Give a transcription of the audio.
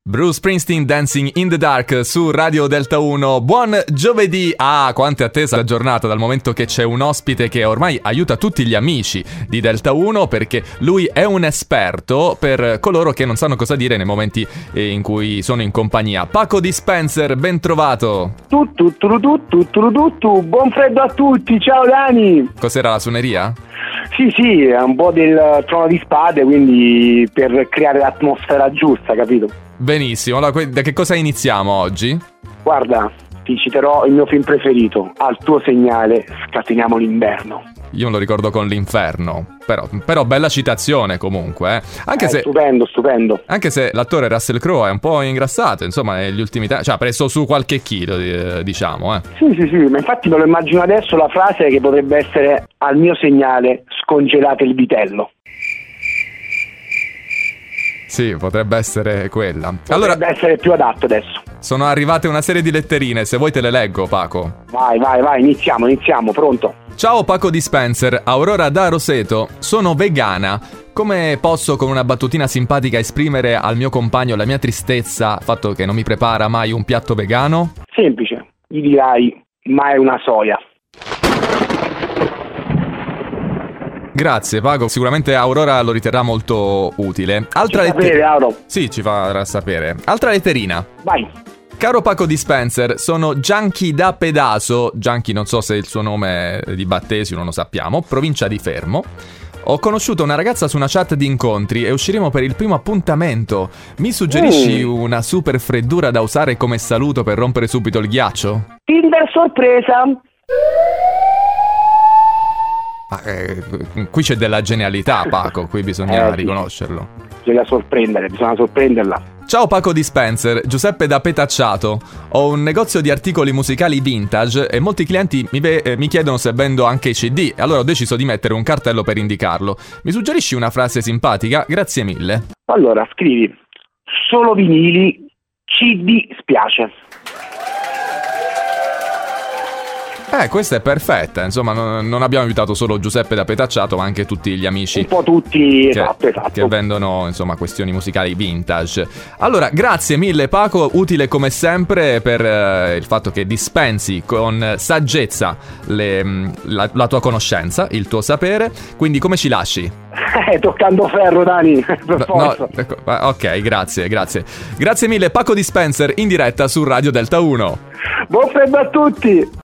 Bruce Springsteen, Dancing in the Dark su Radio Delta 1. Buon giovedì! Quanto è attesa la giornata, dal momento che c'è un ospite che ormai aiuta tutti gli amici di Delta 1, perché lui è un esperto per coloro che non sanno cosa dire nei momenti in cui sono in compagnia. Paco Dispenser, ben trovato! Buon freddo a tutti, ciao Dani! Cos'era la suoneria? Sì, è un po' del Trono di Spade, quindi per creare l'atmosfera giusta, capito? Benissimo, allora da che cosa iniziamo oggi? Guarda, ti citerò il mio film preferito, Al tuo segnale scateniamo l'inverno. Io me lo ricordo con l'inferno, però bella citazione comunque, Anche se stupendo. Anche se l'attore Russell Crowe è un po' ingrassato, insomma, negli ultimi tempi, cioè ha preso su qualche chilo, diciamo, Sì, ma infatti me lo immagino adesso la frase che potrebbe essere: al mio segnale scongelate il vitello. Sì, potrebbe essere quella. Potrebbe essere più adatto adesso. Sono arrivate una serie di letterine, se vuoi te le leggo, Paco. Vai, iniziamo, pronto. Ciao Paco Dispenser, Aurora da Roseto, sono vegana. Come posso con una battutina simpatica esprimere al mio compagno la mia tristezza, fatto che non mi prepara mai un piatto vegano? Semplice, gli dirai: ma è una soia. Grazie Paco, sicuramente Aurora lo riterrà molto utile. Altra letterina. Sì, ci farà sapere. Altra letterina. Vai. Caro Paco Dispenser, sono Gianchi da Pedaso. Gianchi non so se è il suo nome di battesimo, non lo sappiamo. Provincia di Fermo. Ho conosciuto una ragazza su una chat di incontri e usciremo per il primo appuntamento. Mi suggerisci una super freddura da usare come saluto per rompere subito il ghiaccio? Tinder sorpresa. Qui c'è della genialità, Paco, qui bisogna riconoscerlo. Bisogna sorprenderla. Ciao Paco Dispenser, Giuseppe da Petacciato. Ho un negozio di articoli musicali vintage e molti clienti mi chiedono se vendo anche i CD. Allora ho deciso di mettere un cartello per indicarlo. Mi suggerisci una frase simpatica? Grazie mille. Allora scrivi: solo vinili, CD spiace. Questa è perfetta, insomma non abbiamo invitato solo Giuseppe da Petacciato, ma anche tutti gli amici. Un po' tutti, esatto. Che vendono, insomma, questioni musicali vintage. Allora, grazie mille Paco, utile come sempre per il fatto che dispensi con saggezza la tua conoscenza, il tuo sapere. Quindi come ci lasci? Toccando ferro, Dani, per forza. Ok, grazie. Grazie mille Paco Dispenser in diretta su Radio Delta 1. Buon freddo a tutti!